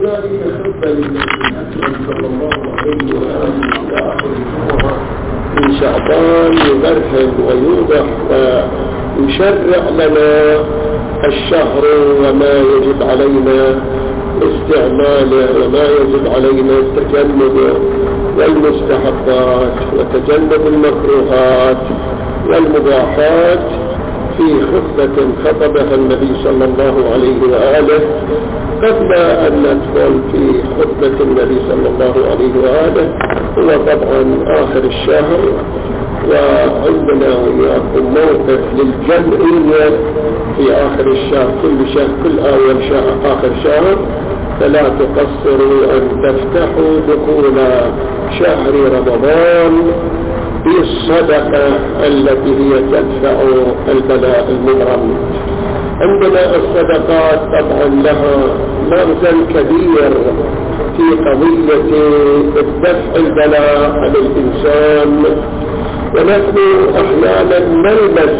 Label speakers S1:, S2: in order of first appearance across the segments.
S1: ذلك خطة للنبي أكرم صلى الله عليه وآله وآخر الجمعة من شعبان يبرهن ويوضح ويشرع لنا الشهر وما يجب علينا استعماله وما يجب علينا تجنبه والمستحبات وتجنب المكروهات والمباحات في خطبة خطبها النبي صلى الله عليه وآله قبل أن ندخل في خطبة النبي صلى الله عليه وآله. هو طبعا آخر الشهر وعندنا وياكم موقف للجمعية في آخر الشهر، كل أول شهر آخر شهر، فلا تقصروا أن تفتحوا دخول شهر رمضان بالصدقة التي هي تدفع البلاء المغرم. عندنا الصدقات طبعا لها مغزى كبير في قضية دفع البلاء عن الإنسان، ونحن أحيانا نلمس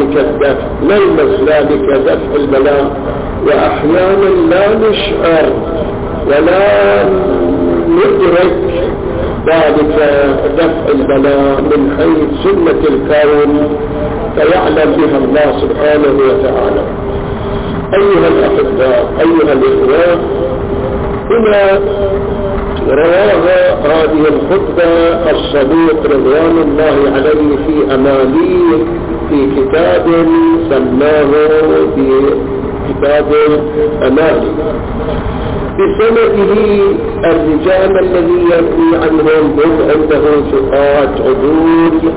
S1: ذلك دفع البلاء، وأحيانا لا نشعر ولا ندرك ذلك دفع البلاء من حيث سنة الكون فيعلم بها الله سبحانه وتعالى. أيها الأحباء، أيها الإخوة، هنا رواها هذه الخطبة الصديق رضوان الله عليه في أماليه في كتاب سماه بكتاب أمالي بسنده الرجال الذي يروي عنهم هم عنده ثقات عدول،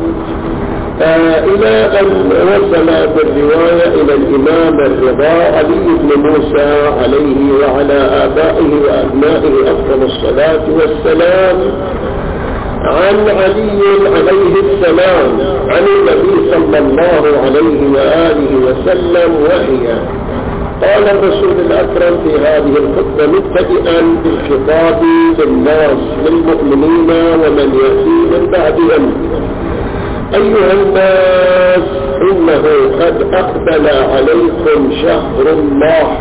S1: إلى أن وصل بالرواية إلى الإمام الرضا علي بن موسى عليه وعلى آبائه وأبنائه أفضل الصلاة والسلام عن علي عليه السلام عن النبي صلى الله عليه وآله وسلم، وهي قال الرسول الأكرم في هذه الخطبة مبتدئا بالخطاب للناس للمؤمنين ومن يأتي من بعدهم: أيها الناس، إنه قد أقبل عليكم شهر الله،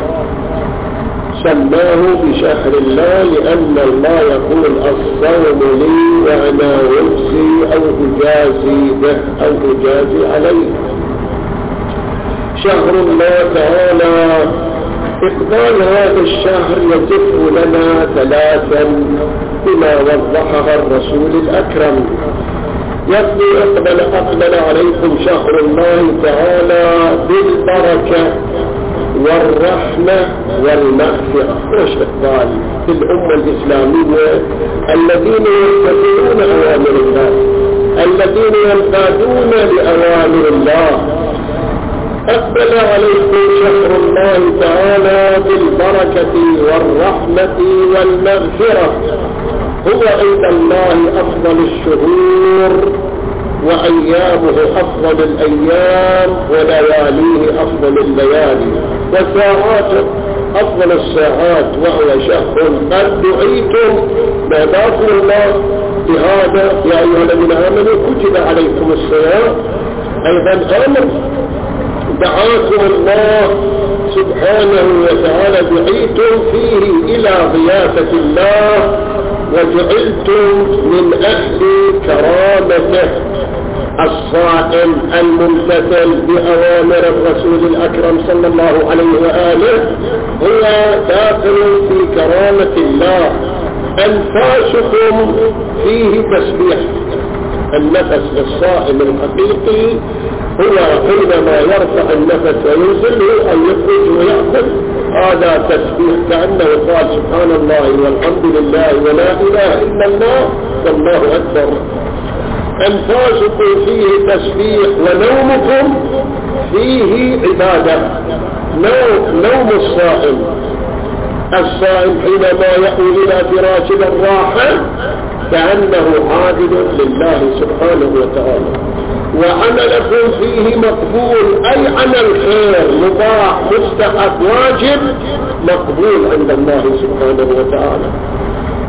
S1: سماه بشهر الله لأن الله يقول الصوم لي وأنا أجزي أو أجازي به أو أجازي عليه. شهر الله تعالى. إقبال هذا الشهر يصف لنا ثلاثا بما وضحها الرسول الأكرم. أقبل عليكم شهر الله تعالى بالبركة والرحمة والمغفرة. وش إقبال في الأمة الإسلامية الذين يتبعون أوامر الله، الذين ينقادون لأوامر الله. أقبل عليكم شهر الله تعالى بالبركة والرحمة والمغفرة. هو عند الله أفضل الشهور، وأيامه أفضل الأيام، ولياليه أفضل الليالي، وساعاته أفضل الساعات، وهو شهر قد دعيتم ما باقي الله. لهذا يا أيها الذين آمنوا كتب عليكم الصيام، أيضا أمر دعاكم الله سبحانه وتعالى، دعيتم فيه إلى ضيافة الله وجعلتم من أهل كرامته. الصائم الممتثل بأوامر الرسول الأكرم صلى الله عليه وآله هو داخل في كرامة الله. أنفاسكم فيه تسبيح. النفس الصائم الحقيقي هو حينما يرفع النفس وينزله أو يخرج ويأخذ، هذا تسبيح، كأنه قال سبحان الله والحمد لله ولا إله إلا الله والله أكبر. أنفاسكم فيه تسبيح، ونومكم فيه عبادة. نوم الصائم حينما يأوي إلى فراش الراحة كأنه عابد لله سبحانه وتعالى. وعملكم فيه مقبول، أي عمل خير مباح مستحب واجب مقبول عند الله سبحانه وتعالى.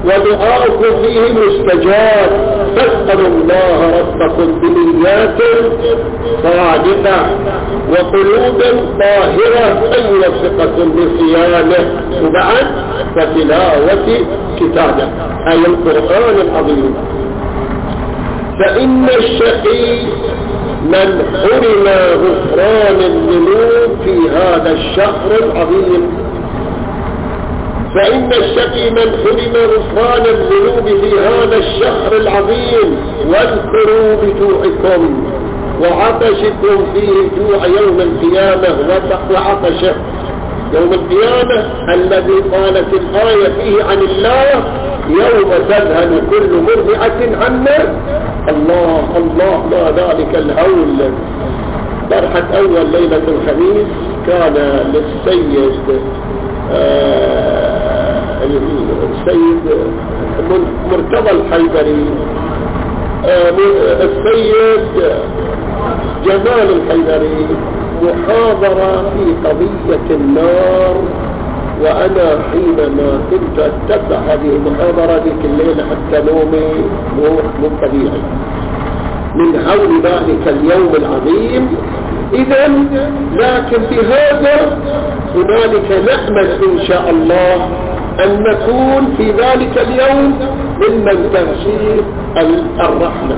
S1: ودعاؤكم فيه مستجاب، فاسألوا الله ربكم بنيات صادقة وقلوب طاهرة أن يوفقكم بصيامه وبعد فتلاوة كتابه أي القرآن العظيم. فإن الشقي من حرم غفران الذنوب في هذا الشهر العظيم. فإن الشقي من حرم غفران الذنوب في هذا الشهر العظيم. واذكروا بجوعكم وعطشكم فيه جوع يوم القيامة وعطشه يوم القيامة الذي قالت الآية فيه عن الله يوم تذهل كل مرضعة عما الله الله ما ذلك الهول. فرحة أول ليلة الخميس كان للسيد السيد مرتضى الحيدري السيد جمال الحيدري محاضرة في قضية النار، وأنا حينما كنت أتبع هذه المحاضرة ذيك الليلة حتى نومي مو طبيعي من حول ذلك اليوم العظيم. إذا لكن بهذا هنالك نأمل إن شاء الله أن نكون في ذلك اليوم ممن تنشير الرحمة.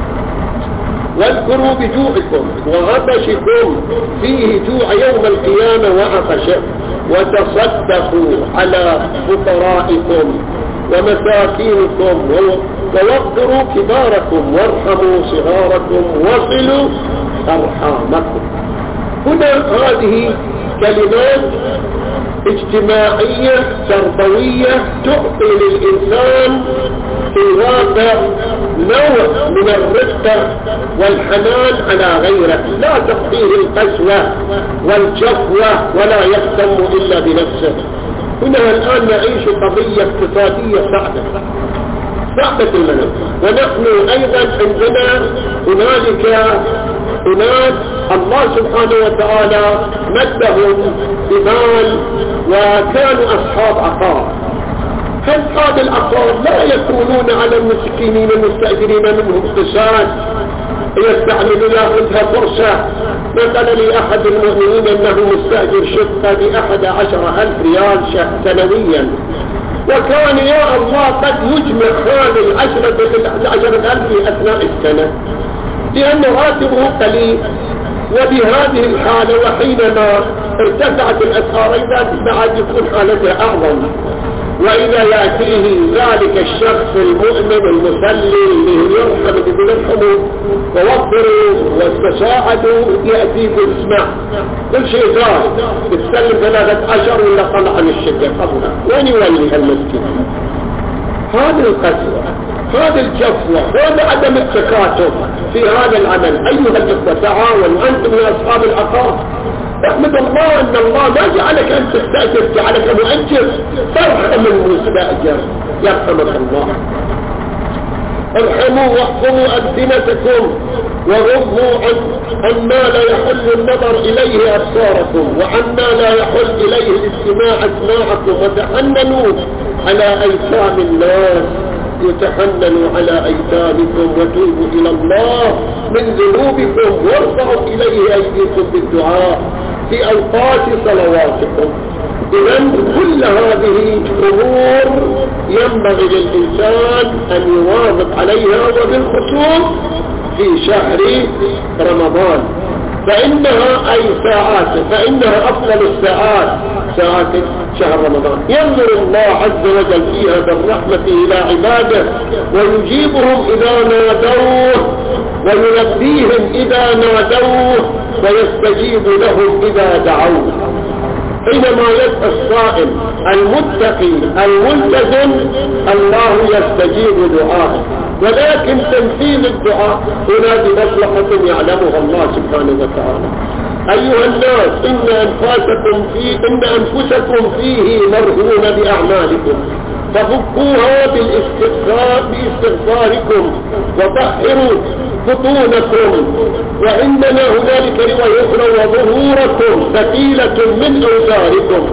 S1: واذكروا بجوعكم وعطشكم فيه جوع يوم القيامة وعطشه، وتصدقوا على فقرائكم ومساكينكم ووقروا كباركم وارحموا صغاركم وصلوا أرحامكم. هنا هذه كلمات اجتماعية تربوية تعطي للإنسان في الواقع نوع من الرفقة والحنان على غيره، لا تقضيه القسوة والجفوة ولا يهتم إلا بنفسه. هنا الآن نعيش قضية اقتصادية صعبة المنام، ونحن أيضا عندنا هناك الله سبحانه وتعالى مدهم بمال وكانوا أصحاب عقار. فأصحاب العقار لا يكونون على المسكينين المستأجرين منهم اقتصاد يستعمل ياخذها فرصة. مثلا لأحد المؤمنين أنه مستأجر شقة ب11,000 ريال سنويا، وكان يا الله قد يجمع هذه 10,000 في أثناء السنة لأن راتبه قليل. وبهذه الحالة وحينما ارتفعت الأسعار بعد يكون حالتها أعظم. وإذا يأتيه ذلك الشخص المؤمن المسلي اللي يرحم بيرحمه ووفروا واستساعدوا يأتي بالاسماء كل شيء زاد بتسلم 13 ولا طلع عن الشقة قبلها وين يولي المسكين؟ هذه القسوة، هذه الجفوة، هذا عدم التكاتف في هذا العمل. أيها الإخوة تعاونوا أنتم يا أصحاب العقار. احمد الله أن الله ما جعلك أن تستأجر، جعلك مؤجر. فارحم المستأجر يرحمك الله. ارحموا واحفظوا ألسنتكم وغضوا عما لا يحل النظر إليه أبصاركم وعما لا يحل إليه الاستماع أسماعكم، وتحننوا على أيتام الناس، يتحننوا على أيتامكم وتوبوا إلى الله من ذنوبكم وارفعوا إليه أيديكم بالدعاء في أوقات صلواتكم. إذن كل هذه أمور ينبغي للإنسان أن يواظب عليها، وبالخصوص في شهر رمضان فإنها فإنها أفضل الساعات ساعات شهر رمضان. ينظر الله عز وجل فيها بالرحمة إلى عباده ويجيبهم إذا نادوه وينبيهم إذا نادوه ويستجيب لهم إذا دعوه. حينما يدعى الصائم المتقي الملتزم الله يستجيب دعاءه، ولكن تنفيذ الدعاء هنا بمصلحة يعلمها الله سبحانه وتعالى. أيها الناس إن أنفسكم فيه مرهونة بأعمالكم، ففكوها باستغفاركم وطهروا بطونكم، وعندنا هنالك رواية أخرى وظهوركم ثقيلة من أوزاركم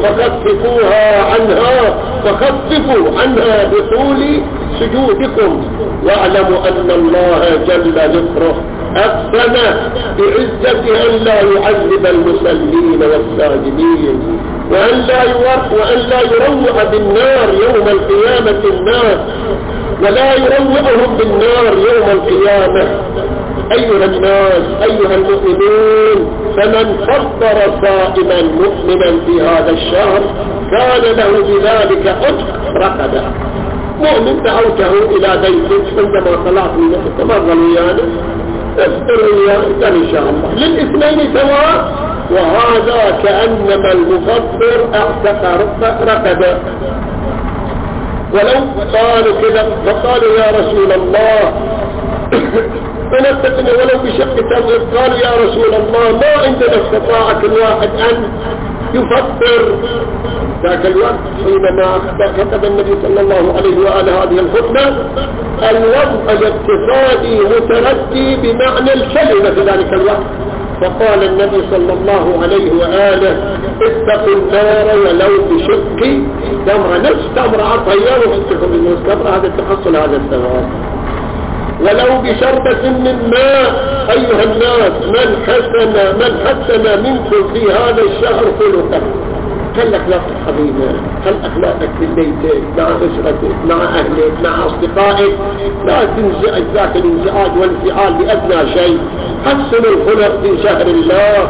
S1: فخففوا عنها بطول سجودكم، واعلموا أن الله جل ذكره أقسم بعزته أن لا يعذب المصلين والساجدين، وأن لا يروع بالنار يوم القيامة الناس، ولا يروعهم بالنار يوم القيامة. أيها الناس، أيها المؤمنون، فمن فطر صائما مؤمنا في هذا الشهر كان له بذلك عتق رقبة. مؤمن دعوته إلى بيتك عندما طلعت من تمر ويانا افطر ويانا إن شاء الله للاثنين سواء، وهذا كأنما المفطر اعتق رقبة. ولو قالوا كذا فقالوا يا رسول الله فنتقنا ولو بشق تمر، قالوا يا رسول الله ما عندنا استطاعة الواحد أن يفطر. ذاك الوقت حينما كتب النبي صلى الله عليه وآله هذه الخطبة الوضع الاقتصادي متردي بمعنى الكلمة في ذلك الوقت، فقال النبي صلى الله عليه وآله اتقوا النار ولو بشق تمرة، نفس تمرة عطيه واتقوا بالمستمر، هذا تحصل هذا الثواب، ولو بشربة من ماء. أيها الناس، من حسن منكم في هذا الشهر خلقه، كالأخلاق الحبيبة، كالأخلاقك في بيتك مع أسرتك مع أهلك مع أصدقائك، لا تنزعج ذاك الانزعاج والانفعال بأدنى شيء، حسنوا الخلق في شهر الله.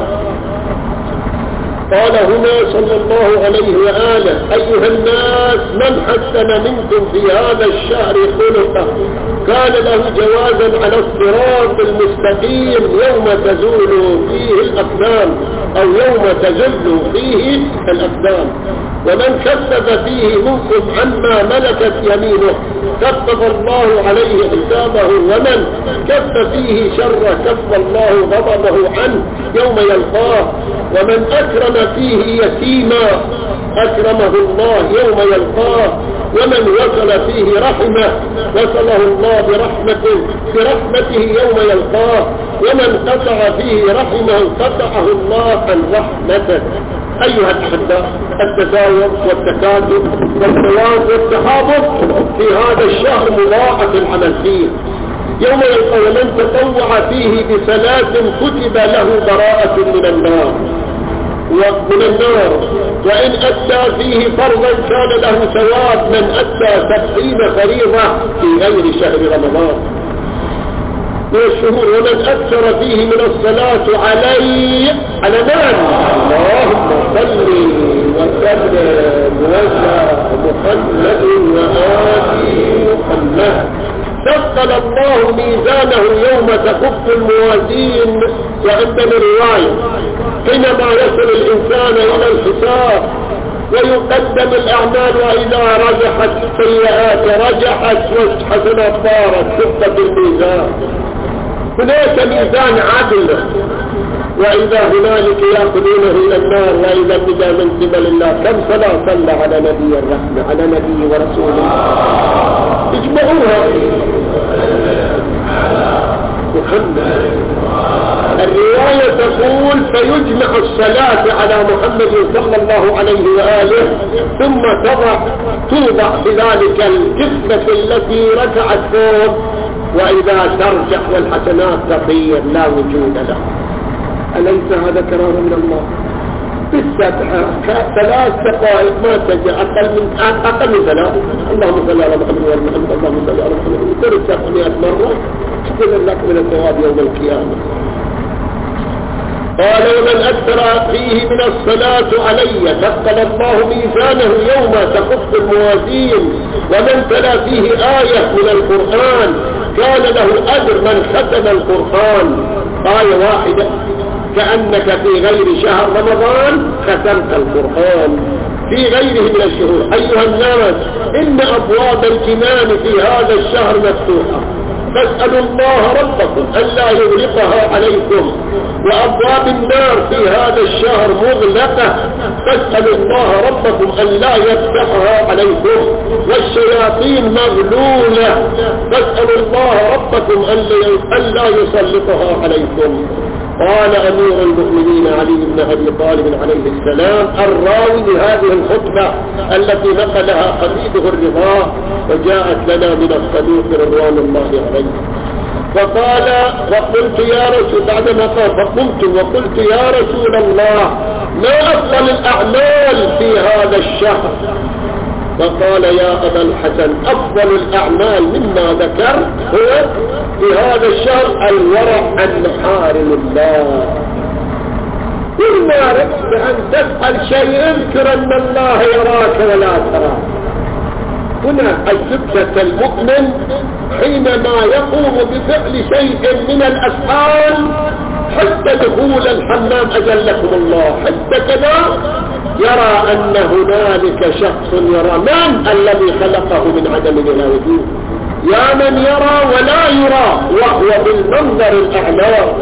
S1: قال هنا صلى الله عليه وآله أيها الناس من حسن منكم في هذا الشهر خلقه كان له جوازا على الصراط المستقيم يوم تزول فيه الأقدام أو يوم تزل فيه الأقدام، ومن كذب فيه منكم عما ملكت يمينه كفف الله عليه حسابه، ومن كف فيه شر كف الله غضبه عنه يوم يلقاه، ومن أكرم فيه يتيما أكرمه الله يوم يلقاه، ومن وصل فيه رحمه وصله الله برحمته يوم يلقاه، ومن قطع فيه رحمه قطعه الله عن رحمته. أيها الأحباء، التزاور والتكاثر والثواب والتحابط في هذا الشهر مضاعف العمل فيه. يوم يلقى ومن تطوع فيه بصلاة كتب له براءة من النار وإن أتى فيه فرضا كان له ثواب من أتى 70 فريضة في غير شهر رمضان والشهور، ومن أكثر فيه من الصلاة على من؟ اللهم صل وسلم وعلى محمد وآل محمد. ثقل الله ميزانه يوم تكف الموازين. وعندنا رواية حينما يصل الإنسان إلى الحساب ويقدم الأعمال وإذا رجحت السيئات رجحت والحسنات طارت كفة الميزان. هناك ميزان عدل، وإذا هنالك يأخذونه إلى النار وإذا الندى من قبل الله. كم صلاة صلى على نبي الرحمة على نبي ورسوله اجمعوها محمد. الرواية تقول فيجمع الصلاة على محمد صلى الله عليه وآله ثم توضع بذلك الكفة التي ركعت فوق، وإذا ترجع والحسنات تطير لا وجود له. أليس هذا كرامة من الله؟ بالسبعة 3 دقائق ما تجي أقل من 3. اللهم صل على محمد وعلى محمد، اللهم صل على محمد، ترد 700 مرة تكون لك من الثواب يوم القيامة. قال ومن أكثر فيه من الصلاة علي ثقل الله ميزانه يوم تخف الموازين. ومن تلا فيه آية من القرآن كان له أجر من ختم القرآن آية واحدة، كأنك في غير شهر رمضان ختمت القرآن في غيره من الشهور. أيها الناس، إن أبواب الجنان في هذا الشهر مفتوحة، فاسألوا الله ربكم ألا يغلقها عليكم، وأبواب النار في هذا الشهر مغلقة، فاسألوا الله ربكم ألا يفتحها عليكم، والشياطين شياطين مغلولة، فاسألوا الله ربكم أن لا يسلطها عليكم. قال أمير المؤمنين علي بن أبي طالب عليه السلام الراوي لهذه الخطبة التي نقلها حفيده الرضا وجاءت لنا من الصديق رضوان الله عليه، فقال وقلت يا رسول بعدما قال فقمت وقلت يا رسول الله ما أفضل الأعمال في هذا الشهر؟ فقال يا أبا الحسن أفضل الأعمال مما ذكر هو في هذا الشهر الورع عن محارم الله. كل ما أردت أن تفعل شيء اذكر أن الله يراك ولا تراك. هنا الزبدة المؤمن حينما يقوم بفعل شيء من الأفعال حتى دخول الحمام أجلكم الله، حتى كذا يرى أن هنالك شخص يرى من الذي خلقه من عدم إلى وجود، يا من يرى ولا يرى وهو بالمنظر الأعلى.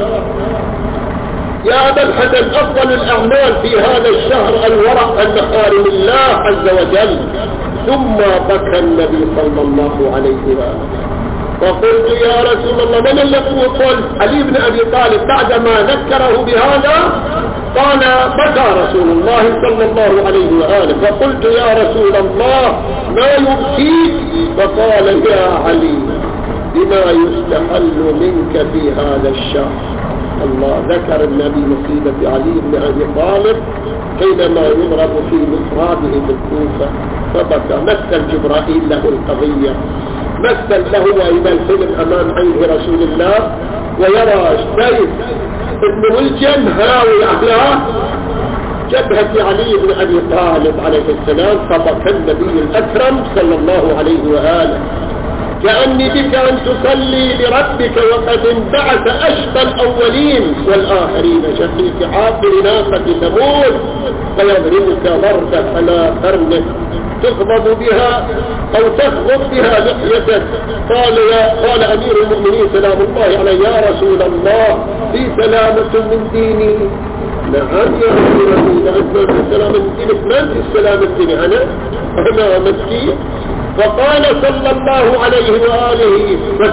S1: يا أبا الحسن أفضل الأعمال في هذا الشهر الورع عن محارم الله عز وجل. ثم بكى النبي صلى الله عليه وآله وقلت يا رسول الله من الذي قلت؟ علي بن أبي طالب بعدما ذكره بهذا قال بكى رسول الله صلى الله عليه وآله. فقلت يا رسول الله ما يبكيك؟ فقال يا علي بما يستحل منك في هذا الشهر. الله ذكر النبي مصيبة علي بن أبي طالب حينما يضرب في مصرابه بالكوفة فبكى. مثل جبرائيل له القضية، مثل له وإذا الفيلم أمام عين رسول الله ويرى سيف ابن ملجم هاوي على جبهة علي بن أبي طالب عليه السلام، فبكى النبي الأكرم صلى الله عليه وآله كأني بك أن تصلي لربك وقد انبعث أشقى الأولين والآخرين شقيق عاقل ناقة تموت فيضربك ضربة على قرنك تخبض بها أو تخبط بها لحيتك. قال أمير المؤمنين سلام الله عليه يا رسول الله في سلامة من ديني؟ نعم يا رسول الله أنت السلام من دينك؟ من السلام من ديني؟ أنا مسكين. فقال صلى الله عليه وآله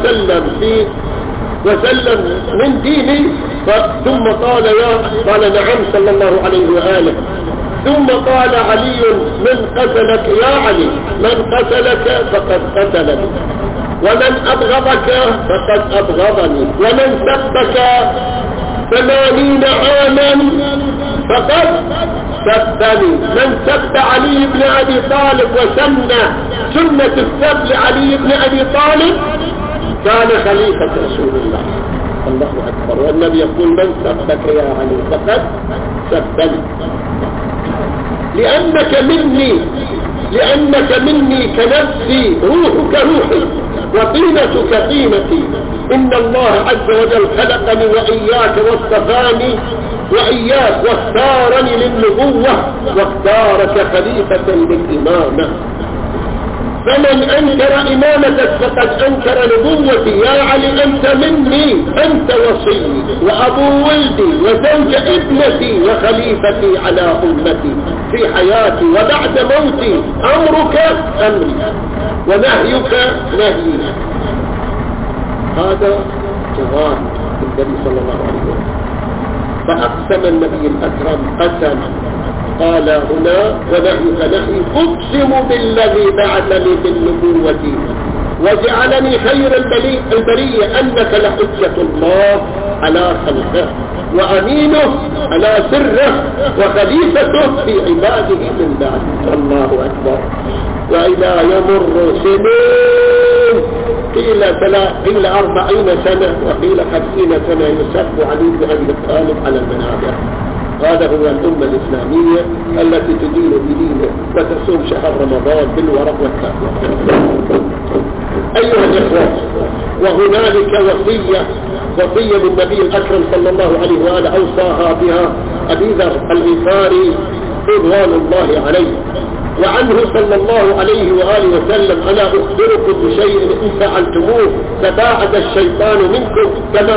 S1: وسلم من ديني. ثم قال نعم صلى الله عليه وآله. ثم قال علي من قتلك يا علي من قتلك فقد قتلني ومن أبغضك فقد أبغضني ومن سبك 80 عاما فقد سبني. من سب علي بن أبي طالب وسن سنة السب لعلي بن أبي طالب كان خليفة رسول الله. الله أكبر. والنبي يقول من سبك يا علي فقد سبني لأنك مني كنفسي روحك روحي وطينتك طينتي. إن الله عز وجل خلقني وإياك واصطفاني وإياك واختارني للنبوة واختارك خليفة للإمامة. فمن أنكر إمامتك فقد أنكر نبوتي. يا علي أنت مني، أنت وصي وأبو ولدي وزوج ابنتي وخليفتي على أمتي في حياتي وبعد موتي. أمرك أمري ونهيك نهيي. هذا جواب النبي صلى الله عليه وسلم. فأقسم النبي الأكرم قسم قال هنا ونهيك نهي أقسم بالذي بعثني بالنبوة وجعلني خير البرية أنك لحجة الله على خلقه وأمينه على سره وخليفته في عباده من بعده. الله أكبر. وإذا يمر سنين قيل 40 سنة وقيل 50 سنة يسب علي بن أبي طالب على المنابر. هذا هو الأمة الإسلامية التي تدين بدينه وتصوم شهر رمضان بالورع والتقوى. أيها الإخوة، وهنالك وصية للنبي الأكرم صلى الله عليه وآله أوصاها بها أبي ذر الغفاري رضوان الله عليه. وعنه صلى الله عليه وآله وسلم ألا أخبركم بشيء إن فعلتموه تباعد الشيطان منكم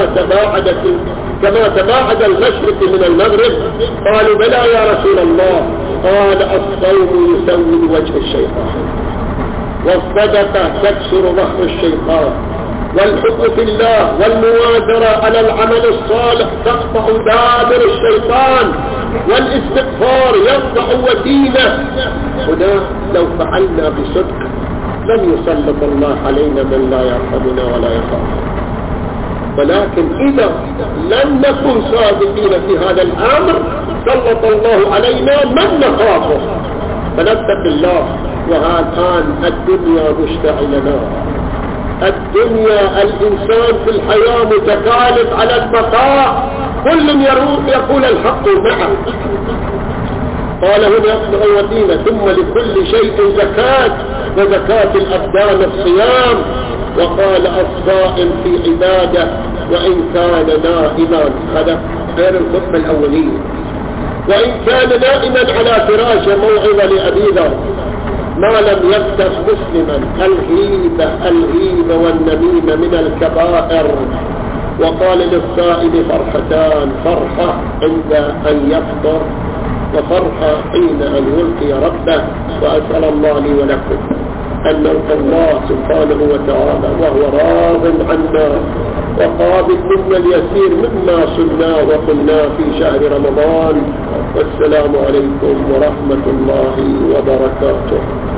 S1: كما تباعد المشرق من المغرب؟ قالوا بلى يا رسول الله. قال الصوم يسود وجه الشيطان. والصدقة تكسر ظهر الشيطان، والحب في الله والموازرة على العمل الصالح تقطع دابر الشيطان، والاستغفار يقطع ودينه. هنا لو فعلنا بصدق لن يسلط الله علينا من لا يرحمنا ولا يخاف. ولكن إذا لم نكن صادقين في هذا الأمر سلط الله علينا من نخافه، فنتق الله. وهذا الدنيا مشتعلة نار، الدنيا الإنسان في الحياة متكالب على البقاء، كل يقول الحق معه. قال هنا يقطع ودينه. ثم لكل شيء زكاة، وزكاة الأبدان الصيام. وقال الصائم في عبادة وإن كان نائما، هذا غير الخطبة الأولية، وإن كان نائما على فراشه. موعظة لأبي ذر ما لم يفتح مسلما. الغيبة والنميمة من الكبائر. وقال للصائم فرحتان، فرحة عند أن يفطر، وفرحة حين أن يلقي ربه. وأسأل الله لي ولكم أن نلقى الله سبحانه وتعالى وهو راض عنا وقابل منا اليسير مما صلنا وقلنا في شهر رمضان. والسلام عليكم ورحمة الله وبركاته.